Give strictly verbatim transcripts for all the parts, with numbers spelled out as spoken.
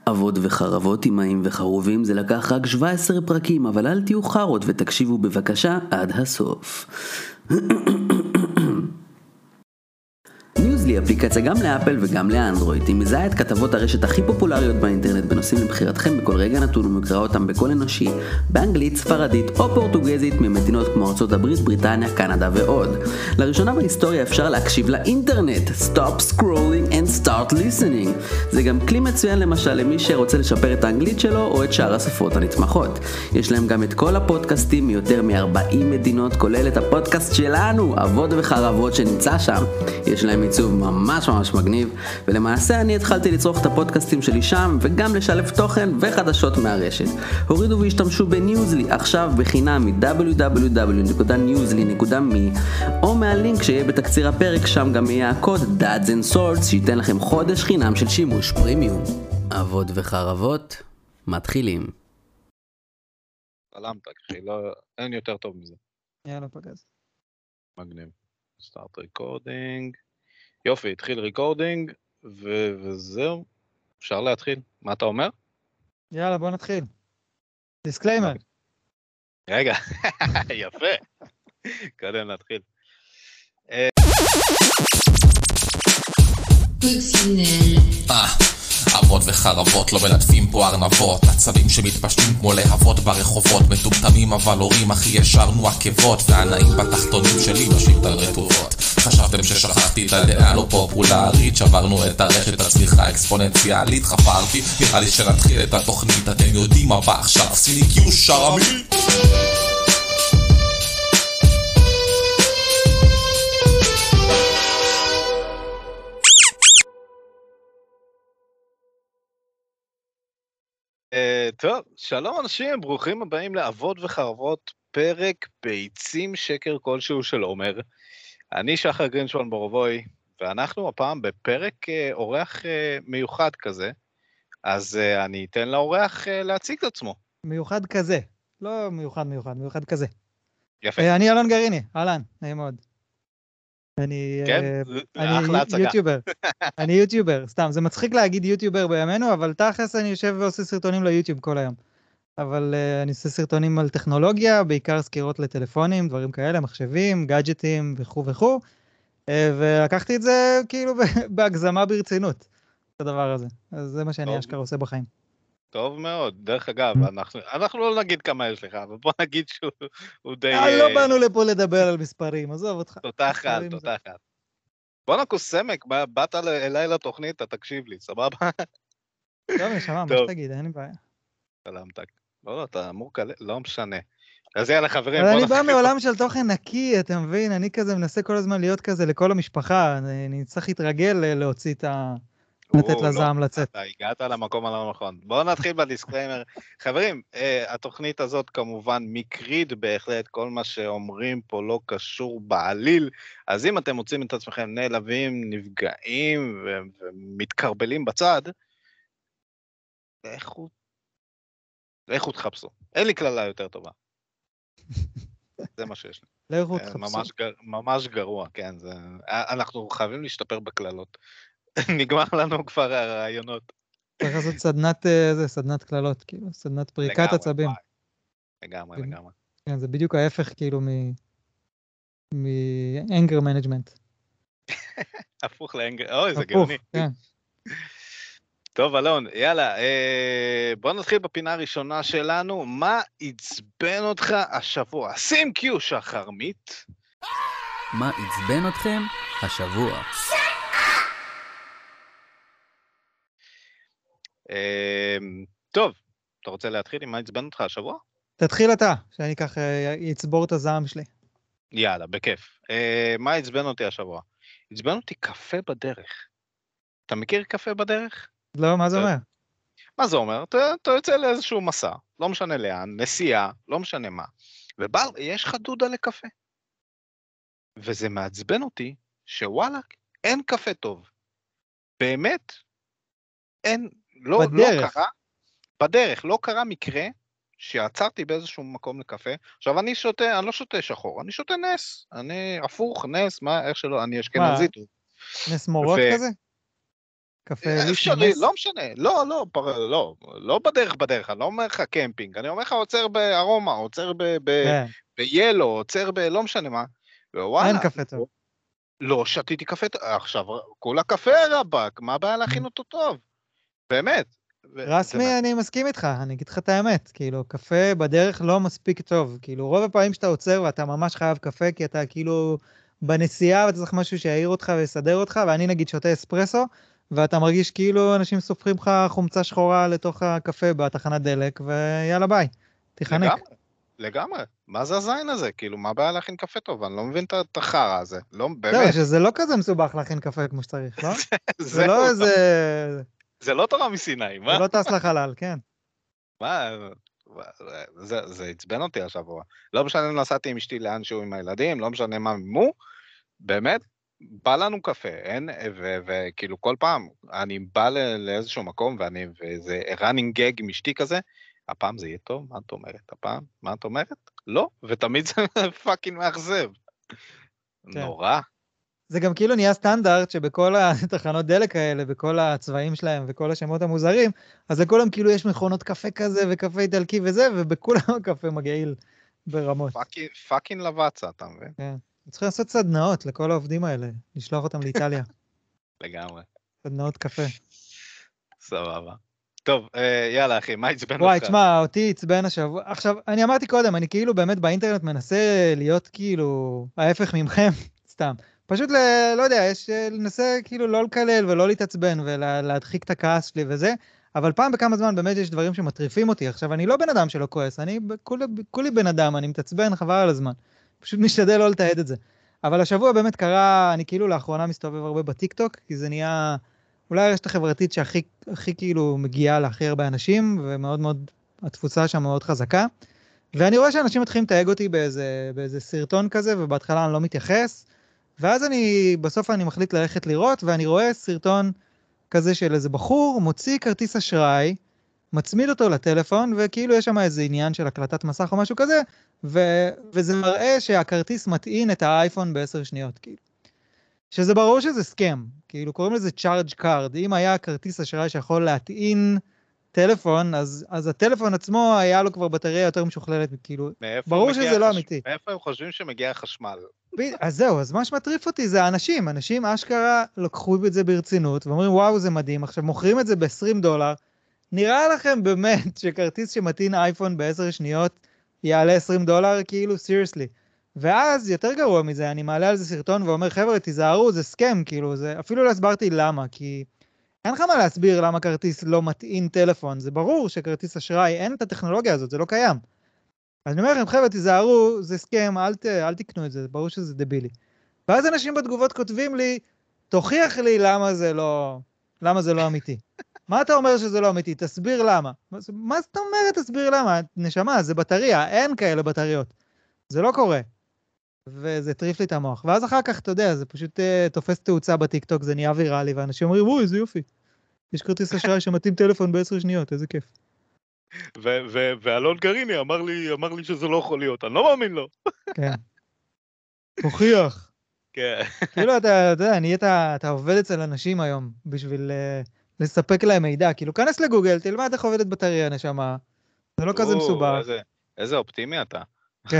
אבות וחרבות, אמאים וחרובים, זה לקח רק שבעה עשר פרקים, אבל אל תהיו חרות ותקשיבו בבקשה עד הסוף. ניוזלי אפליקציה גם לאפל וגם לאנדרואיד. היא מזהה את כתבות הרשת הכי פופולריות באינטרנט בנושאים לבחירתכם בכל רגע נתון ומקרא אותם בקול אנושי, באנגלית, ספרדית או פורטוגזית ממדינות כמו ארצות הברית, בריטניה, קנדה ועוד. לראשונה בהיסטוריה אפשר להקשיב לאינטרנט. Stop scrolling and start listening. זה גם כלי מצוין למשל למי שרוצה לשפר את האנגלית שלו או את שאר השפות הנתמכות. יש להם גם את כל הפודקאסטים מיותר מ-ארבעים מדינות, כולל את הפודקאסט שלנו, אבות וחרבות, שנמצא שם. יש להם עיצוב ממש ממש מגניב, ולמעשה אני התחלתי לצרוך את הפודקאסטים שלי שם, וגם לשלב תוכן וחדשות מהרשת. הורידו והשתמשו בניוזלי עכשיו בחינם מ-דאבליו דאבליו דאבליו נקודה ניוזלי נקודה מי, או מהלינק שיהיה בתקציר הפרק, שם גם יהיה הקוד Dads and Swords, שייתן לכם חודש חינם של שימוש פרימיום. אבות וחרבות, מתחילים. סלמת, אחי, לא, אין יותר טוב מזה. יאללה, פגז. מגניב. סטארט ריקורדינג. יופי, התחיל ריקורדינג, ו- וזהו. אפשר להתחיל. מה אתה אומר? יאללה, בוא נתחיל. דיסקליימר. רגע, יפה. קודם נתחיל. אה, אבות וחרבות לא מלטפים פה ארנבות, עצבים שמתפשטים כמו להבות ברחובות, מטומטמים אבל הורים הכי ישרנו עקבות, והנאים בתחתונים שלי משאית על רטובות. חשבתם ששכחתי את הדעה לא פופולרית, שברנו את הרשת הצליחה אקספוננציאלית, חפרתי, נראה לי שנתחיל את התוכנית, אתם יודעים מה בא עכשיו, סיניקיו שרמי. טוב, שלום אנשים, ברוכים הבאים לאבות וחרבות, פרק ביצים שקר כלשהו של עומר. אני שחר גרינשפן בורובוי, ואנחנו הפעם בפרק אורח מיוחד כזה, אז אני אתן לאורח להציג את עצמו. מיוחד כזה, לא מיוחד מיוחד, מיוחד כזה. יפה. אני אלון גריני, אהלן, נעים מאוד. אני, כן, אני אחלה הצגה. יוטיובר, אני יוטיובר, סתם, זה מצחיק להגיד יוטיובר בימינו, אבל תכלס אני יושב ועושה סרטונים ליוטיוב כל היום. אבל uh, אני עושה סרטונים על טכנולוגיה, בעיקר סקירות לטלפונים, דברים כאלה, מחשבים, גאדג'טים וכו' וכו', uh, ולקחתי את זה כאילו בהגזמה ברצינות, את הדבר הזה. אז זה מה שאני טוב. אשכרה עושה בחיים. טוב מאוד, דרך אגב, אנחנו, אנחנו לא נגיד כמה יש לך, אבל בוא נגיד שהוא די... אה, לא באנו לפה לדבר על מספרים, עזוב אותך. תותח על, תותח על. בוא נקוס סמק, באת אליי לתוכנית, אתה תקשיב לי, סבבה? טוב, נשמע, מה שתגיד, אין לי בעיה. סלמתק. לא, לא, אתה אמור כאלה, לא משנה. אז יאללה חברים, אבל בוא אני בא נתחיל. מעולם של תוכן נקי, אתה מבין? אני כזה מנסה כל הזמן להיות כזה לכל המשפחה, אני צריך להתרגל להוציא את ה... לתת לזעם לצאת. אתה הגעת למקום הלא נכון. בואו נתחיל בדיסקליימר. חברים, התוכנית הזאת כמובן מקרית בהחלט, כל מה שאומרים פה לא קשור בעליל, אז אם אתם מוצאים את עצמכם נעלבים, נפגעים ומתקרבלים בצד, לכו, לכו תחפשו. אין לי כללה יותר טובה. זה מה שיש לי. לכו תחפשו. ממש גרוע, כן. אנחנו חייבים להשתפר בכללות. נגמר לנו כבר הרעיונות. צריך לעשות סדנת, זה, סדנת כללות, כאילו, סדנת פריקת עצבים. לגמרי, לגמרי. כן, זה בדיוק ההפך, כאילו, מ... מ-anger management. הפוך לאנגר, אוי, זה גאוני. הפוך, כן. טוב, אלון, יאללה, בוא נתחיל בפינה הראשונה שלנו. מה עצבן אותך השבוע? שים קיו שחרמית. מה עצבן אתכם השבוע? טוב, אתה רוצה להתחיל עם מה עצבן אותך השבוע? תתחיל אתה, שאני ככה יצבור את הזעם שלי. יאללה, בכיף. מה עצבן אותי השבוע? עצבן אותי קפה בדרך. אתה מכיר קפה בדרך? לא, מה זה אומר? מה זה אומר? אתה, אתה יוצא לאיזשהו מסע, לא משנה לאן, נסיעה, לא משנה מה, ובא, יש לך דודה לקפה. וזה מעצבן אותי שוואלה, אין קפה טוב. באמת, אין, לא, לא קרה, בדרך, לא קרה מקרה שעצרתי באיזשהו מקום לקפה. עכשיו אני שותה, אני לא שותה שחור, אני שותה נס, אני הפוך, נס, מה, איך שלא, אני אשכנזית. נס מורות כזה? קפה אפשרי, ליסט לא משנה, לא, לא, פר- לא, לא בדרך בדרך, אני לא אומר לך קמפינג, אני אומר לך עוצר בארומה, עוצר ב- ב- כן, ביאלו, עוצר ב... לא משנה מה, אין ווואלה, קפה טוב. לא שתיתי קפה, ט- עכשיו, כולה קפה רבק, מה הבעיה להכין אותו טוב? באמת. ו- זה רסמי, אני מסכים איתך, אני אגיד לך את האמת, כאילו, קפה בדרך לא מספיק טוב, כאילו, רוב הפעמים שאתה עוצר ואתה ממש חייב קפה, כי אתה כאילו בנסיעה ואתה צריך משהו שיעיר אותך ויסדר אותך, ואני נגיד שותה אספרסו, ואתה מרגיש כאילו אנשים סופרים לך חומצה שחורה לתוך הקפה בתחנת דלק, ויאללה ביי, תיחנק. לגמרי, לגמרי. מה זה הזין הזה? כאילו, מה הבעיה להכין קפה טוב? אני לא מבין את ה- את החרא הזה. לא, זהו, באמת. שזה לא כזה מסובך להכין קפה כמו שצריך, לא? זה זהו, לא איזה... זה לא תורה מסיני, מה? זה לא טס לחלל, כן. מה? זה, זה עצבן אותי השבוע. לא משנה אם נסעתי עם אשתי לאנשהו עם הילדים, לא משנה מה מו, באמת, בא לנו קפה, אין, ו- וכאילו כל פעם, אני בא ל- לאיזשהו מקום, ואני, וזה running gag עם אשתי כזה, הפעם זה יהיה טוב? מה את אומרת? הפעם? מה את אומרת? לא, ותמיד זה פאקינג מאכזב. כן. נורא. זה גם כאילו נהיה סטנדרט שבכל התחנות דלק האלה, בכל הצבעים שלהם וכל השמות המוזרים, אז לכולם כאילו יש מכונות קפה כזה וקפה איטלקי וזה, ובכולם הקפה מגעיל ברמות. פאקינג, פאקינג לבצע, אתה מבין? כן. צריכים לעשות סדנאות לכל העובדים האלה, לשלוח אותם לאיטליה. לגמרי. סדנאות קפה. סבבה. טוב, אה, יאללה אחי, מה עצבן אותך? וואי, תשמע, אותי עצבן השבוע. עכשיו, אני אמרתי קודם, אני כאילו באמת באינטרנט מנסה להיות כאילו ההפך ממכם, סתם. פשוט, ל, לא יודע, יש, לנסה כאילו לא לקלל ולא להתעצבן ולהדחיק את הכעס שלי וזה, אבל פעם בכמה זמן באמת יש דברים שמטריפים אותי. עכשיו, אני לא בן אדם שלא כועס, אני כולי, כולי בן אדם, אני מתעצבן חבל על הזמן. פשוט משתדל לא לתעד את זה. אבל השבוע באמת קרה, אני כאילו לאחרונה מסתובב הרבה בטיקטוק, כי זה נהיה אולי הרשת החברתית שהכי הכי כאילו מגיעה להכי הרבה אנשים, ומאוד מאוד, התפוצה שם מאוד חזקה. ואני רואה שאנשים מתחילים לתייג אותי באיזה, באיזה סרטון כזה, ובהתחלה אני לא מתייחס, ואז אני, בסוף אני מחליט ללכת לראות, ואני רואה סרטון כזה של איזה בחור, מוציא כרטיס אשראי, מצמיד אותו לטלפון, וכאילו יש שם איזה עניין של הקלטת מסך או משהו כזה, ו- וזה מראה שהכרטיס מטעין את האייפון בעשר שניות, כאילו. שזה ברור שזה סקם, כאילו קוראים לזה צ'ארג' קארד, אם היה כרטיס אשראי שיכול להטעין טלפון, אז, אז הטלפון עצמו היה לו כבר בטריה יותר משוכללת, כאילו, ברור שזה לא אמיתי. מאיפה הם חושבים שמגיע החשמל? אז זהו, אז מה שמטריף אותי זה האנשים, אנשים אשכרה לקחו את זה ברצינות, ואומרים וואו זה מדהים, עכשיו מוכרים את זה ב-עשרים דולר, נראה לכם באמת שכרטיס שמטעין אייפון ב-עשר שניות יעלה עשרים דולר, כאילו, seriously. ואז יותר גרוע מזה, אני מעלה על זה סרטון ואומר, חבר'ה, תיזהרו, זה סקם, כאילו, זה, אפילו לא הסברתי למה, כי אין לך מה להסביר למה כרטיס לא מטעין טלפון, זה ברור שכרטיס אשראי, אין את הטכנולוגיה הזאת, זה לא קיים. אז אני אומר לכם, חבר'ה, תיזהרו, זה סקם, אל, ת, אל תקנו את זה, ברור שזה דבילי. ואז אנשים בתגובות כותבים לי, תוכיח לי למה זה לא, למה זה לא אמיתי. מה אתה אומר שזה לא אמיתי? תסביר למה. מה זאת אומרת תסביר למה? נשמה, זה בטריה, אין כאלה בטריות. זה לא קורה. וזה טריף לי את המוח. ואז אחר כך, אתה יודע, זה פשוט uh, תופס תאוצה בטיקטוק, זה נהיה ויראלי, ואנשים אומרים, וואי, זה יופי. יש כרטיס אשראי שמתאים טלפון בעשר שניות, איזה כיף. ואלון גריני אמר לי, אמר לי שזה לא יכול להיות, אני לא מאמין לו. כן. תוכיח. כן. כאילו, אתה יודע, נהיית, אתה עובד אצל אנשים היום, בשביל uh, לספק להם מידע. כאילו, כנס לגוגל, תלמד איך עובדת בטריה, נשמה. זה לא כזה מסובך. איזה, איזה אופטימי אתה. כן.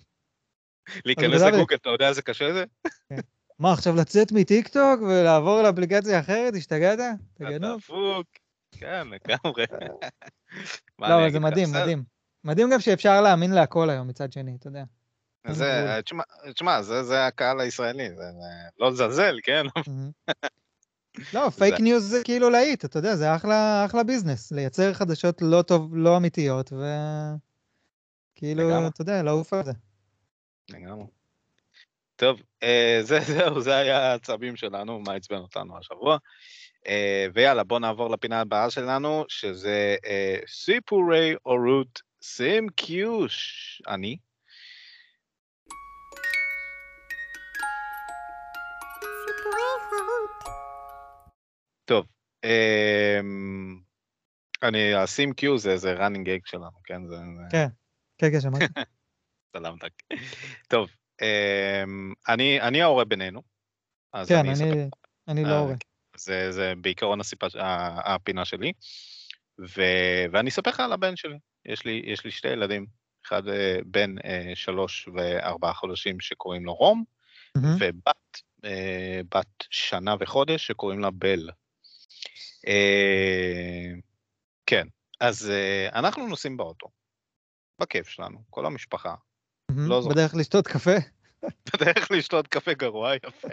להיכנס לגוגל, אתה יודע איזה קשה זה? מה, עכשיו לצאת מטיקטוק ולעבור לאפליקציה אחרת? השתגעת? תגנוב. אתה דפוק. כן, לגמרי. לא, אבל זה מדהים, מדהים. מדהים גם שאפשר להאמין להכל היום מצד שני, אתה יודע. תשמע, זה הקהל הישראלי, לא לזלזל, כן? לא, פייק ניוז זה כאילו להיט, אתה יודע, זה אחלה ביזנס, לייצר חדשות לא טוב, לא אמיתיות, וכאילו, אתה יודע, לעוף על זה. לגמרי. טוב, זהו, זה היה הצבים שלנו, מה עצבן אותנו השבוע. ויאללה, בוא נעבור לפינה הבאה שלנו, שזה סיפורי אורות סים קיוש. אני. סיפורי אורות. טוב, אני, הסים קיו זה איזה running gag שלנו, כן? כן, כן, כן, שמעתי. סלמתק. טוב, אני ההורה בינינו. כן, אני לא הורה. זה, זה בעיקרון הסיפה, הפינה שלי. ו, ואני אספר לך על הבן שלי. יש לי, יש לי שתי ילדים, אחד בן שלוש וארבעה חודשים שקוראים לו רום, מהמם. ובת, בת שנה וחודש שקוראים לה בל. כן, אז אנחנו נוסעים באוטו, בכיף שלנו, כל המשפחה. מהמם. לא זוכר. בדרך לשתות קפה? בדרך לשתות קפה גרוע, יפה.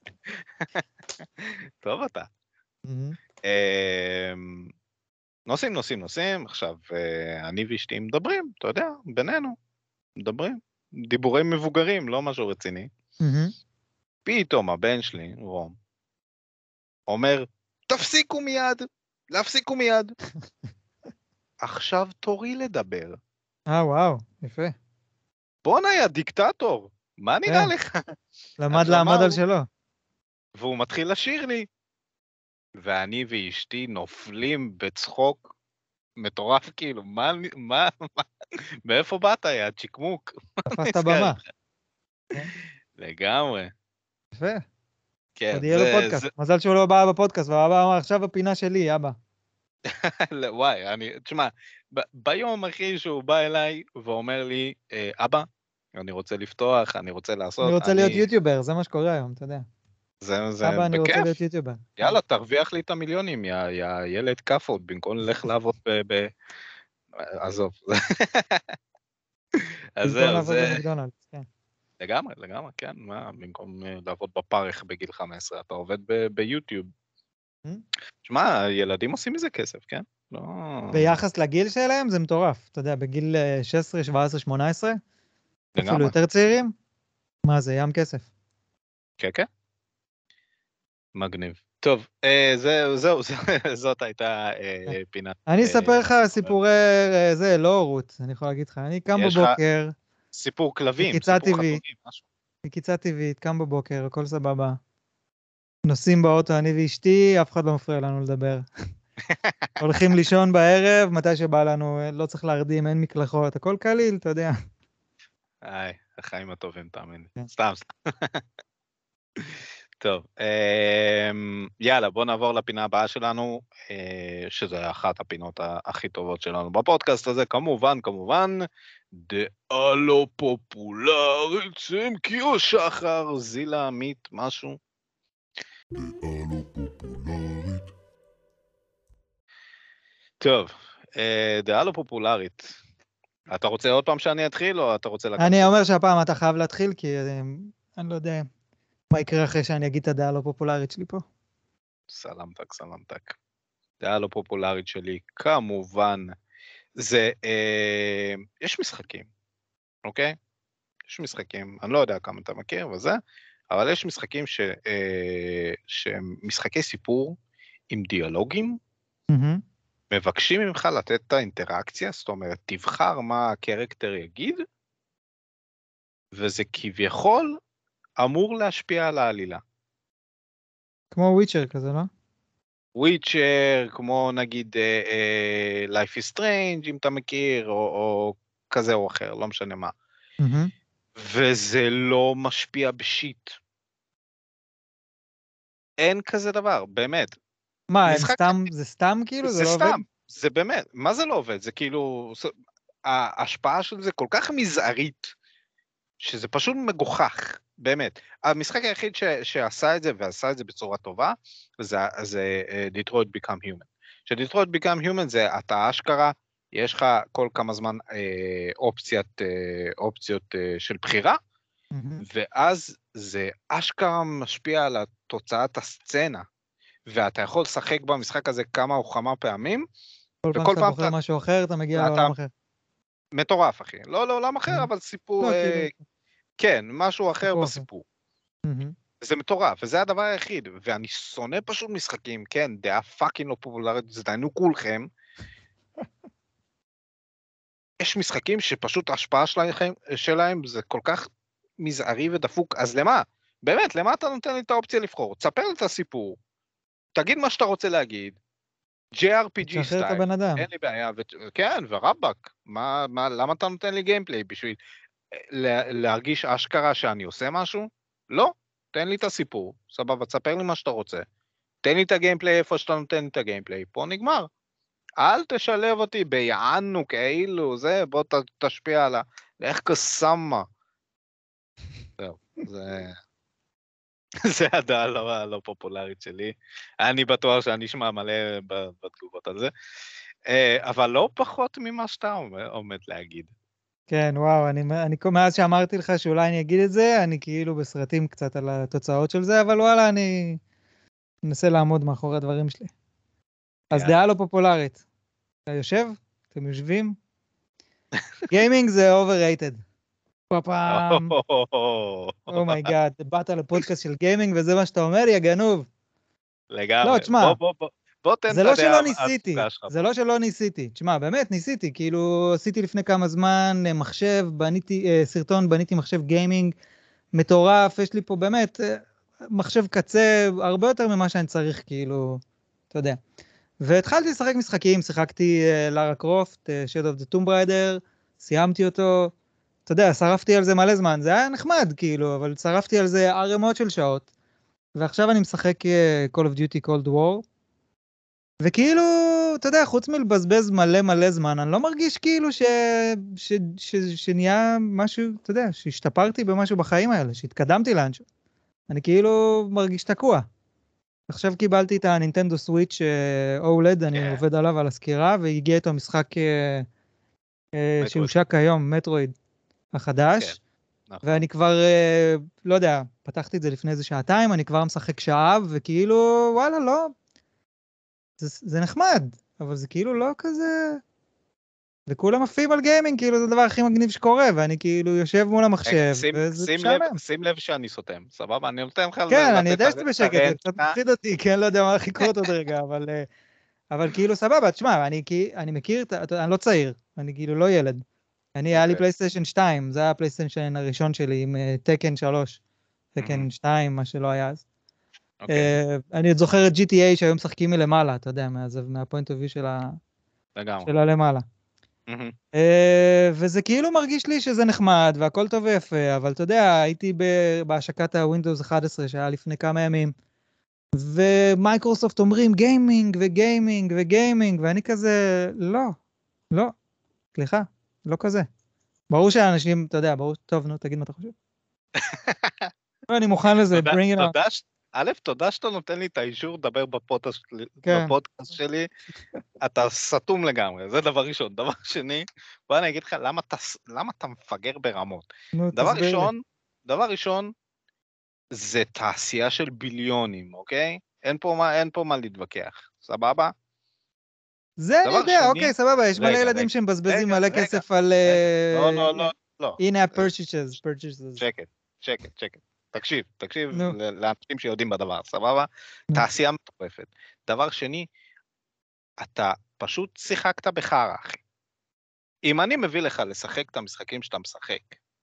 טוב אתה. מהמם. אמ, נוסעים, נוסעים, נוסעים, עכשיו אה, אני ואשתי מדברים, אתה יודע, בינינו, מדברים, דיבורי מבוגרים, לא משהו רציני. מהמם. פתאום הבן שלי, רום, אומר, תפסיקו מיד, להפסיקו מיד. עכשיו תורי לדבר. אה, וואו, יפה. בואנה, יא דיקטטור, מה נראה כן. לך? למד עכשיו, מה לעמוד על הוא- שלו. והוא מתחיל לשיר לי. ואני ואשתי נופלים בצחוק מטורף, כאילו, מה, מה, מה, מאיפה באת, יא צ'יקמוק? תפסת נסגר במה. לך. לגמרי, יפה. כן, עוד יהיה לו זה, פודקאסט. זה, מזל שהוא לא בא בפודקאסט, ואבא אמר, עכשיו הפינה שלי, אבא. לא, וואי, אני, תשמע, ב- ביום אחי שהוא בא אליי ואומר לי, "אה, אבא, אני רוצה לפתוח, אני רוצה לעשות, אני רוצה להיות יוטיובר, זה מה שקורה היום, אתה יודע. זה, זה, אבא, אני רוצה בכיף, להיות יוטיובר. יאללה, תרוויח לי את המיליונים, יא, יא ילד כפות, במקום ללך לעבוד ב... ב... עזוב. אז במקום זהו, לעבוד זה... במקדונלדס, כן. לגמרי, לגמרי, כן, מה, במקום אה, לעבוד בפרך בגיל חמש עשרה, אתה עובד ב- ביוטיוב. Hmm? שמע, ילדים עושים מזה כסף, כן? לא... ביחס לגיל שלהם זה מטורף. אתה יודע, בגיל אה, שש עשרה, שבע עשרה, שמונה עשרה, אפילו לגמרי, יותר צעירים, מה זה, ים כסף. כן, כן. מגניב. טוב, אה, זהו, זהו, זהו, זאת הייתה אה, פינת... אני אה, אספר לך סיפורי, אה, זה, לא הורות, אני יכול להגיד לך. אני קם יש לך בבוקר, סיפור כלבים, בקיצה סיפור טבעית. חתולים, משהו. בקיצה טבעית, קם בבוקר, הכל סבבה. נוסעים באוטו, אני ואשתי, אף אחד לא מפריע לנו לדבר. הולכים לישון בערב, מתי שבא לנו, לא צריך להרדים, אין מקלחות, הכל קליל, אתה יודע. איי, החיים הטובים, תאמין לי. כן. סתם, סתם. טוב, אמ, יאללה, בוא נעבור לפינה הבאה שלנו, אה, שזה אחת הפינות ה- הכי טובות שלנו בפודקאסט הזה, כמובן, כמובן, דעה לא פופולרית, שם קיו שחר, זילה, עמית, משהו. טוב, אה, דעה לא פופולרית. אתה רוצה עוד פעם שאני אתחיל, או אתה רוצה לקחת? אני אומר שהפעם אתה חייב להתחיל, כי אה, אני לא יודע מה יקרה אחרי שאני אגיד את הדעה הלא פופולרית שלי פה. סלמתק, סלמתק. דעה לא פופולרית שלי, כמובן, זה, אה, יש משחקים, אוקיי? יש משחקים, אני לא יודע כמה אתה מכיר וזה, אבל יש משחקים ש, אה, שהם משחקי סיפור עם דיאלוגים, מהמם. מבקשים ממך לתת את האינטראקציה, זאת אומרת, תבחר מה הקרקטר יגיד, וזה כביכול אמור להשפיע על העלילה. כמו וויצ'ר כזה, לא? וויצ'ר, כמו נגיד אה, אה, Life is Strange, אם אתה מכיר, או, או כזה או אחר, לא משנה מה. מהמם. וזה לא משפיע בשיט. אין כזה דבר, באמת. מה, הם משחק- סתם, זה סתם כאילו? זה זה לא עובד? סתם, זה באמת, מה זה לא עובד? זה כאילו, זה- ההשפעה של זה כל כך מזערית, שזה פשוט מגוחך, באמת. המשחק היחיד ש, שעשה את זה, ועשה את זה בצורה טובה, זה, זה uh, Detroit Become Human. ש-Detroit Become Human זה אתה אשכרה, יש לך כל כמה זמן אה, אופציית, אה, אופציות אה, של בחירה, מהמם. ואז זה אשכרה משפיע על תוצאת הסצנה, ואתה יכול לשחק במשחק הזה כמה או כמה פעמים, כל פעם וכל שאתה פעם בוחר אתה- משהו אחר, אתה מגיע ואתה- לעולם אחר. מטורף אחי, לא לעולם אחר, Mhm. אבל סיפור, לא, אה, כאילו... כן, משהו אחר סיפור אחר. בסיפור. מהמם. זה מטורף, וזה הדבר היחיד, ואני שונא פשוט משחקים, כן, דעה פאקינג לא פופולרית, זה דיינו כולכם. יש משחקים שפשוט ההשפעה שלהם, שלהם זה כל כך מזערי ודפוק, אז למה? באמת, למה אתה נותן לי את האופציה לבחור? תספר לי את הסיפור, תגיד מה שאתה רוצה להגיד, ג'יי אר פי ג'י תשחרר את סטייל, הבן אדם. אין לי בעיה, ו- כן, ורבק, מה, מה, למה אתה נותן לי גיימפליי? בשביל לה, להרגיש אשכרה שאני עושה משהו? לא, תן לי את הסיפור, סבבה, תספר לי מה שאתה רוצה, תן לי את הגיימפליי איפה שאתה נותן לי את הגיימפליי, פה נגמר. אל תשלב אותי ביענו כאילו, זה, בוא ת, תשפיע על ה... איך קסמה. זהו, זה... זה הדעה הלא, הלא פופולרית שלי. אני בטוח שאני אשמע מלא בתגובות על זה. אבל לא פחות ממה שאתה עומד להגיד. כן, וואו, אני, אני, מאז שאמרתי לך שאולי אני אגיד את זה, אני כאילו בסרטים קצת על התוצאות של זה, אבל וואלה, אני מנסה לעמוד מאחורי הדברים שלי. אז דעה לא פופולרית. אתה יושב? אתם יושבים? גיימינג זה overrated. פעם. אומייגאד, באת לפודקאסט של גיימינג וזה מה שאתה אומר לי, הגנוב. לגמרי. לא, תשמע. בוא, בוא, בוא. בוא תן את זה לא הדעה שלא ניסיתי, שלך. זה לא שלא ניסיתי. תשמע, באמת ניסיתי, כאילו עשיתי לפני כמה זמן מחשב, בניתי אה, סרטון, בניתי מחשב גיימינג מטורף, יש לי פה באמת אה, מחשב קצה, הרבה יותר ממה שאני צריך, כאילו, אתה יודע. והתחלתי לשחק משחקים, שיחקתי אה, לארה קרופט, אה, Shadow of the Tomb Raider, סיימתי אותו, אתה יודע, שרפתי על זה מלא זמן, זה היה נחמד, כאילו, אבל שרפתי על זה ערימות של שעות, ועכשיו אני משחק אה, Call of Duty Cold War, וכאילו, אתה יודע, חוץ מלבזבז מלא מלא זמן, אני לא מרגיש כאילו ש... ש... ש... שנהיה משהו, אתה יודע, שהשתפרתי במשהו בחיים האלה, שהתקדמתי לאנשהו. אני כאילו מרגיש תקוע. עכשיו קיבלתי את הנינטנדו סוויץ' אולד, אני כן. עובד עליו על הסקירה, והגיע איתו משחק אה, אה, מטרואיד. שהושק היום, מטרואיד החדש, כן, נכון. ואני כבר, אה, לא יודע, פתחתי את זה לפני איזה שעתיים, אני כבר משחק שעה, וכאילו, וואלה, לא, זה, זה נחמד, אבל זה כאילו לא כזה... וכולם עפים על גיימינג, כאילו זה הדבר הכי מגניב שקורה, ואני כאילו יושב מול המחשב, שים, וזה שים, משעמם. לב, שים לב שאני סותם, סבבה? אני נותן לך... כן, לתת אני יודע את שאתה בשקט, הרנט זה קצת שלך. מפחיד אותי, כי אני לא יודע מה הולך לקרות עוד רגע, אבל, אה, אבל כאילו סבבה, תשמע, אני, כי- אני מכיר, את ה- אני לא צעיר, אני כאילו לא ילד. אני, היה לי אוקיי. פלייסטיישן שתיים, זה היה הפלייסטיישן הראשון שלי, עם אה, תקן שלוש, תקן מהמם. שתיים, מה שלא היה אז. אוקיי, אה, אני עוד זוכר את ג'י טי איי שהיום משחקים מלמעלה, אתה יודע, מה- מהפוינט אוף ויו של ה- לגמרי. של הלמעלה. מהמם. Uh, וזה כאילו מרגיש לי שזה נחמד, והכל טוב ויפה, אבל אתה יודע, הייתי ב- בהשקת ה-Windows אחת עשרה שהיה לפני כמה ימים, ומייקרוסופט אומרים גיימינג וגיימינג וגיימינג, ואני כזה, לא, לא, סליחה, לא כזה. ברור שהאנשים, אתה יודע, ברור, טוב, נו, תגיד מה אתה חושב. לא, אני מוכן לזה, תודה- bring it on. תודה ש- א', תודה שאתה נותן לי את האישור לדבר בפודקאסט שלי- כן. בפודקאסט שלי, אתה סתום לגמרי, זה דבר ראשון. דבר שני, בוא אני אגיד לך, למה אתה ס- למה אתה מפגר ברמות? נו, דבר תסביר לי. ראשון, דבר ראשון, זה תעשייה של ביליונים, אוקיי? אין פה מה, אין פה מה להתווכח, סבבה? זה אני דבר יודע, שני- אוקיי, סבבה, יש מלא רגע, ילדים רגע, שמבזבזים רגע, מלא רגע, כסף על... לא, אה, לא, לא, לא. הנה ה-purchases, purchases. שקט, שקט, שקט. תקשיב, תקשיב נו. ל- לאנשים שיודעים בדבר, סבבה? נו. תעשייה מטורפת. דבר שני, אתה פשוט שיחקת בחרא, אחי. אם אני מביא לך לשחק את המשחקים שאתה משחק,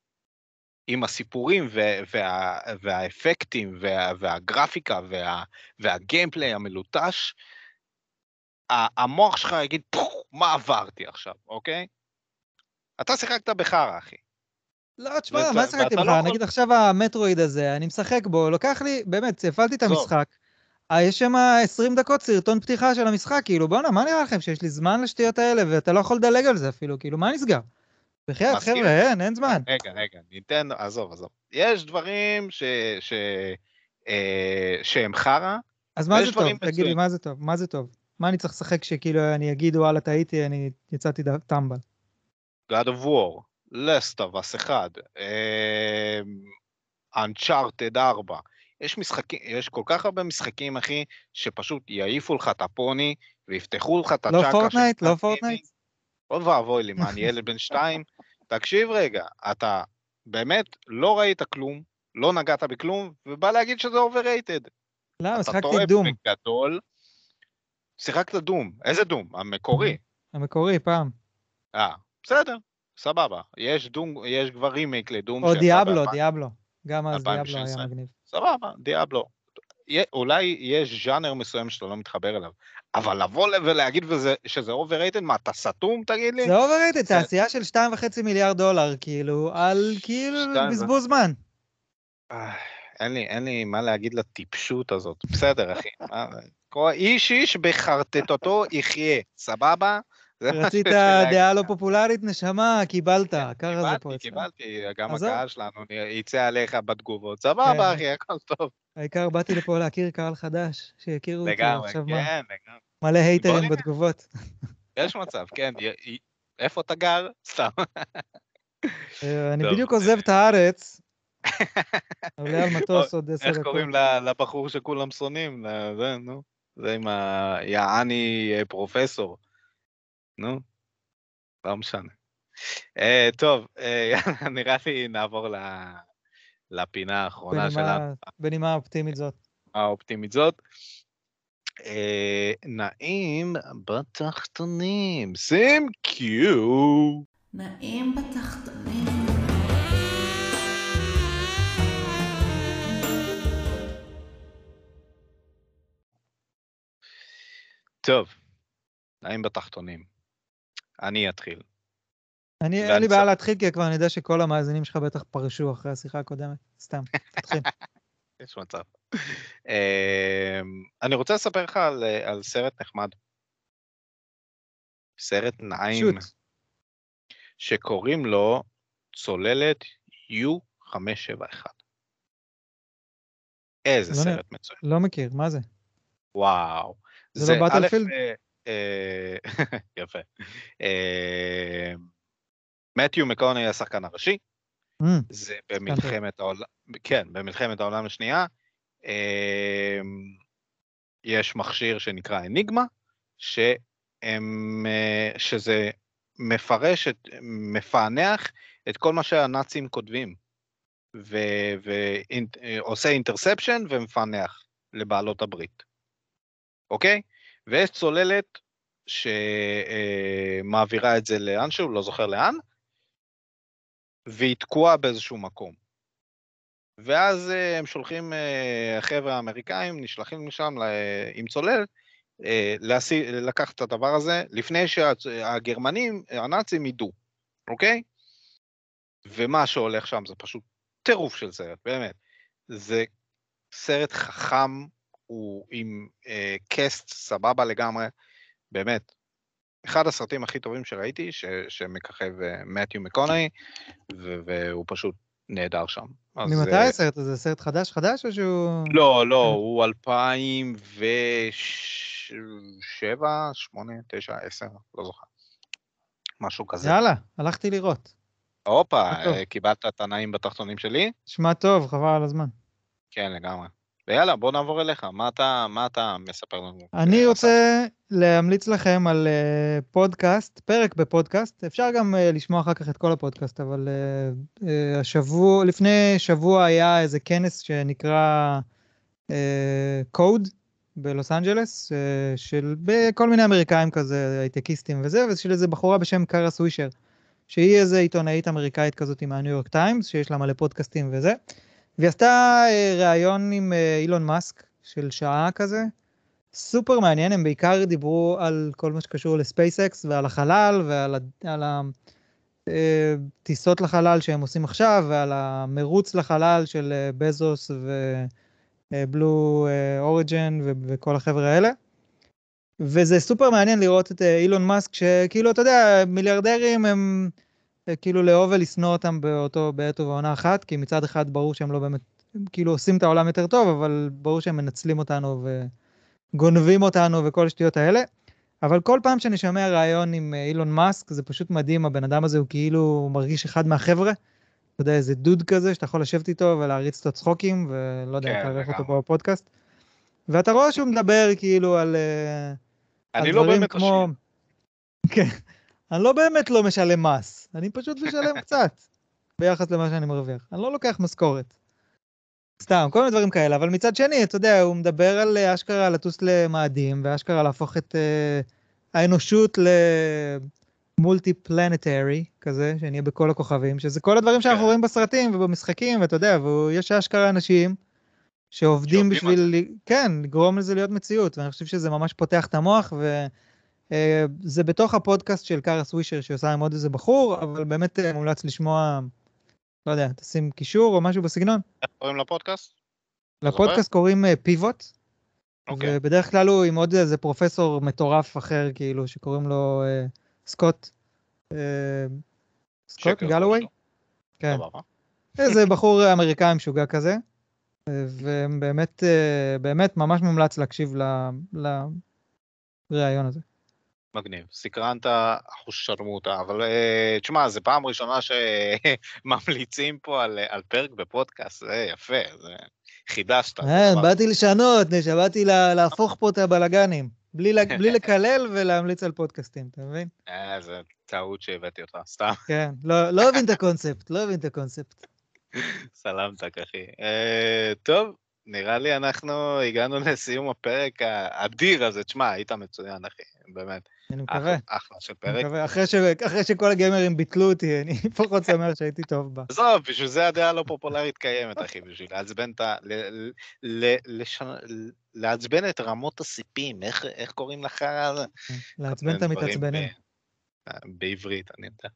עם הסיפורים ו- וה- והאפקטים וה- והגרפיקה וה- והגיימפליי המלוטש, ה- המוח שלך יגיד, "פוח, מה עברתי עכשיו, אוקיי? אתה שיחקת בחרא, אחי. לא, תשמע, ואתה- מה שחקתי ואתה לך? לא יכול- נגיד עכשיו המטרואיד הזה, אני משחק בו, לוקח לי, באמת, הפעלתי את זו. המשחק, אה, יש שם עשרים דקות סרטון פתיחה של המשחק, כאילו, בוא'נה, מה נראה לכם שיש לי זמן לשטויות האלה, ואתה לא יכול לדלג על זה אפילו, כאילו, מה נסגר? בחייאת, מסכים. חבר'ה, אין, אין זמן. רגע, רגע, ניתן, עזוב, עזוב. יש דברים ש... ש... אה, שהם חרא, אז מה ויש זה טוב? דברים תגיד לי, מצוינים. מה זה טוב? מה זה טוב? מה אני צריך לשחק שכאילו אני אגיד, וואלה, טעיתי, אני יצאתי ד- טמבל. God of War, Last of Us אחד, אה, Uncharted ארבע, יש משחקים, יש כל כך הרבה משחקים, אחי, שפשוט יעיפו לך את הפוני, ויפתחו לך את לא הצ'קרה. פורטנייט? של לא גיימינג. פורטנייט? עוד ואבוי לי, מה, אני ילד בן שתיים? תקשיב רגע, אתה באמת לא ראית כלום, לא נגעת בכלום, ובא להגיד שזה overrated. לא, אתה משחקתי טועה דום, בגדול, שיחקת דום. איזה דום? המקורי. המקורי, פעם. אה, בסדר, סבבה. יש דום, יש כבר רימייק לדום. או שיצא דיאבלו, באלפיים- דיאבלו. גם אז אלפיים דיאבלו ושש עשרה. היה מגניב. סבבה, דיאבלו. יה- אולי יש ז'אנר מסוים שאתה לא מתחבר אליו, אבל לבוא ל- ולהגיד וזה- שזה overrated, מה, אתה סתום, תגיד לי? זה אובררייטד, זה- תעשייה של שתיים וחצי מיליארד דולר, כאילו, על כאילו שתיים ו- בזבוז זמן. אה, אין לי, אין לי מה להגיד לטיפשות הזאת. בסדר, אחי. איש איש בחרטטותו יחיה, סבבה? רצית דעה לא פופולרית, נשמה, קיבלת, ככה זה פה. קיבלתי, קיבלתי, גם הקהל שלנו יצא עליך בתגובות. סבבה, אחי, הכל טוב. העיקר באתי לפה להכיר קהל חדש, שיכירו אותי עכשיו מה. כן, לגמרי. מלא הייטרים בתגובות. יש מצב, כן. איפה אתה גר? סתם. אני בדיוק עוזב את הארץ. עולה על מטוס עוד עשר דקות. איך קוראים לבחור שכולם שונאים? זה, נו. זה עם היעני פרופסור. נו, לא משנה. טוב, נראה לי נעבור לפינה האחרונה שלנו. בנימה האופטימית זאת. האופטימית זאת. נעים בתחתונים. שים קיו. נעים בתחתונים. טוב, נעים בתחתונים. אני אתחיל. אני, אין לי בעיה להתחיל, כי כבר אני יודע שכל המאזינים שלך בטח פרשו אחרי השיחה הקודמת. סתם, תתחיל. יש מצב. אני רוצה לספר לך על, על סרט נחמד. סרט נעים. שוט. שקוראים לו צוללת יו חמש שבע אחת. איזה לא סרט נ... מצוין. לא מכיר, מה זה? וואו. זה, זה לא בטלפילד? יפה. מתיו מקוני השחקן הראשי, זה במלחמת העולם, כן, במלחמת העולם השנייה, יש מכשיר שנקרא אניגמה, שזה מפרש, מפענח את כל מה שהנאצים כותבים, ועושה אינטרספשן ומפענח לבעלות הברית. אוקיי? ויש צוללת שמעבירה את זה לאן שהוא, לא זוכר לאן, והיא תקועה באיזשהו מקום. ואז הם שולחים, החבר'ה האמריקאים נשלחים משם עם צולל, לקחת את הדבר הזה, לפני שהגרמנים, הנאצים ידעו, אוקיי? ומה שהולך שם זה פשוט טירוף של סרט, באמת. זה סרט חכם, הוא עם אה, קסט סבבה לגמרי, באמת, אחד הסרטים הכי טובים שראיתי, ש, שמככב מתיו מקונאי, והוא פשוט נהדר שם. ממתי אה... הסרט הזה? סרט חדש חדש או שהוא... לא, לא, הוא אלפיים ושבע, שמונה, תשע, עשר, לא זוכר. משהו כזה. יאללה, הלכתי לראות. הופה, קיבלת את הנעים בתחתונים שלי? שמע טוב, חבל על הזמן. כן, לגמרי. ויאללה, בוא נעבור אליך. מה אתה, מה אתה מספר לנו? אני רוצה להמליץ לכם על uh, פודקאסט, פרק בפודקאסט. אפשר גם uh, לשמוע אחר כך את כל הפודקאסט, אבל uh, uh, השבוע, לפני שבוע היה איזה כנס שנקרא uh, Code בלוס אנג'לס, uh, של כל מיני אמריקאים כזה, הייטקיסטים וזה, ושל איזה בחורה בשם קארה סווישר, שהיא איזה עיתונאית אמריקאית כזאת עם הניו יורק טיימס, שיש לה מלא פודקאסטים וזה. והיא עשתה ראיון עם אילון מאסק של שעה כזה, סופר מעניין, הם בעיקר דיברו על כל מה שקשור לספייסקס ועל החלל ועל על הטיסות לחלל שהם עושים עכשיו, ועל המרוץ לחלל של בזוס ובלו אוריג'ן וכל החבר'ה האלה. וזה סופר מעניין לראות את אילון מאסק, שכאילו, אתה יודע, מיליארדרים הם... כאילו לאהוב ולשנוא אותם באותו, בעת ובעונה אחת, כי מצד אחד ברור שהם לא באמת, הם כאילו עושים את העולם יותר טוב, אבל ברור שהם מנצלים אותנו וגונבים אותנו וכל השטויות האלה. אבל כל פעם שאני שומע רעיון עם אילון מאסק, זה פשוט מדהים, הבן אדם הזה הוא כאילו מרגיש אחד מהחבר'ה, אתה יודע, איזה דוד כזה שאתה יכול לשבת איתו ולהריץ אותו צחוקים, ולא יודע, כן, תערך אותו פה בפודקאסט. ואתה רואה שהוא מדבר כאילו על, אני על לא באמת כמו... כן. אני לא באמת לא משלם מס, אני פשוט משלם קצת, ביחס למה שאני מרוויח. אני לא לוקח משכורת. סתם, כל מיני דברים כאלה, אבל מצד שני, אתה יודע, הוא מדבר על אשכרה לטוס למאדים, ואשכרה להפוך את uh, האנושות למולטי-פלנטרי, כזה, שנהיה בכל הכוכבים, שזה כל הדברים שאנחנו רואים בסרטים ובמשחקים, ואתה יודע, ויש אשכרה אנשים שעובדים בשביל, כן, לגרום לזה להיות מציאות, ואני חושב שזה ממש פותח את המוח, ו... זה בתוך הפודקאסט של קארה סווישר שעושה עם עוד איזה בחור, אבל באמת מומלץ לשמוע, לא יודע, תשים קישור או משהו בסגנון. איך קוראים לפודקאסט? לפודקאסט קוראים פיבוט, אוקיי. ובדרך כלל הוא עם עוד איזה פרופסור מטורף אחר, כאילו, שקוראים לו אה, סקוט. אה, סקוט שקר גלווי? שלו. כן. סבבה. איזה בחור אמריקאי משוגע כזה, אה, ובאמת, אה, באמת ממש מומלץ להקשיב ל- לראיון הזה. מגניב. סקרנת אחוש שרמוטה, אבל אה, תשמע, זה פעם ראשונה שממליצים פה על, על פרק בפודקאסט, זה יפה, זה חידשת. זה אה, דבר. באתי לשנות, באתי לה- להפוך פה את הבלגנים, בלי ל- בלי לקלל ולהמליץ על פודקאסטים, אתה מבין? אה, זה טעות שהבאתי אותך, סתם. כן, לא לא הבין את הקונספט, לא הבין את הקונספט. סלמתק, אחי. אה, טוב, נראה לי אנחנו הגענו לסיום הפרק האדיר הזה. תשמע, היית מצוין, אחי, באמת. אני מקווה, אחלה, אחלה של אני פרק. מקווה. אחרי ש- אחרי שכל הגיימרים ביטלו אותי, אני פחות שמח שהייתי טוב בה. עזוב, בשביל זה הדעה הלא פופולרית קיימת, אחי, בשביל לעצבן את ה... ל- ל- לשנ- לעצבן את רמות הסיפים, איך איך קוראים לך? לעצבן את המתעצבנים. בעברית, אני יודע.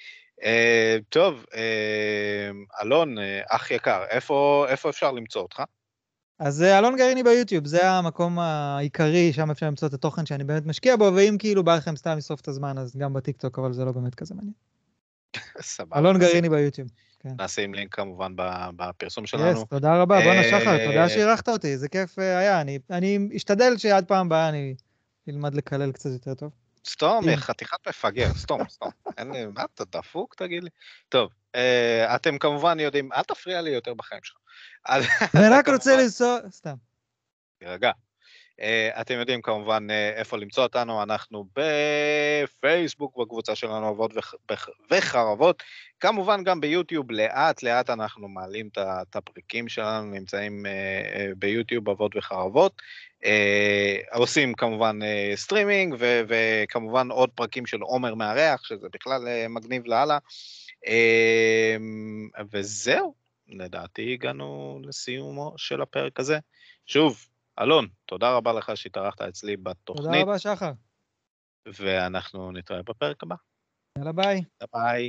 אה, טוב, אה, אלון, אה, אח יקר, איפה איפה אפשר למצוא אותך? אז אה, אלון גרעיני ביוטיוב, זה המקום העיקרי, שם אפשר למצוא את התוכן שאני באמת משקיע בו, ואם כאילו בא לכם סתם לסוף את הזמן, אז גם בטיקטוק, אבל זה לא באמת כזה מעניין. סבבה. אלון נשים- גרעיני ביוטיוב. נשים לינק כמובן ב- בפרסום יס, שלנו. תודה רבה, בואנה אה, שחר, תודה שאירחת אותי, זה כיף אה, היה. אני- אני אשתדל שעד פעם הבאה אני אלמד לקלל קצת יותר טוב. סתום, אם. חתיכת מפגר, סתום, סתום. אין לי, מה אתה דפוק, תגיד לי? טוב, אה, אתם כמובן יודעים, אל תפריע לי יותר בחיים שלך. אז- אני אתה רק רוצה כמובן- לנסוע, סתם. תירגע. Uh, אתם יודעים כמובן uh, איפה למצוא אותנו, אנחנו בפייסבוק בקבוצה שלנו אבות וח, בח, וחרבות, כמובן גם ביוטיוב, לאט לאט אנחנו מעלים את ה- את הפרקים שלנו, נמצאים uh, uh, ביוטיוב אבות וחרבות, uh, עושים כמובן uh, סטרימינג, ו, וכמובן עוד פרקים של עומר מארח, שזה בכלל uh, מגניב לאללה, uh, וזהו, לדעתי הגענו לסיומו של הפרק הזה, שוב, אלון, תודה רבה לך שהתארחת אצלי תודה בתוכנית, רבה, שחר. ואנחנו נתראה בפרק הבא. יאללה, ביי. ביי.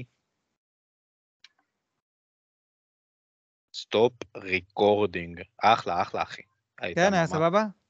סטופ ריקורדינג. אחלה, אחלה, אחי. היית כן, היה ממש- סבבה?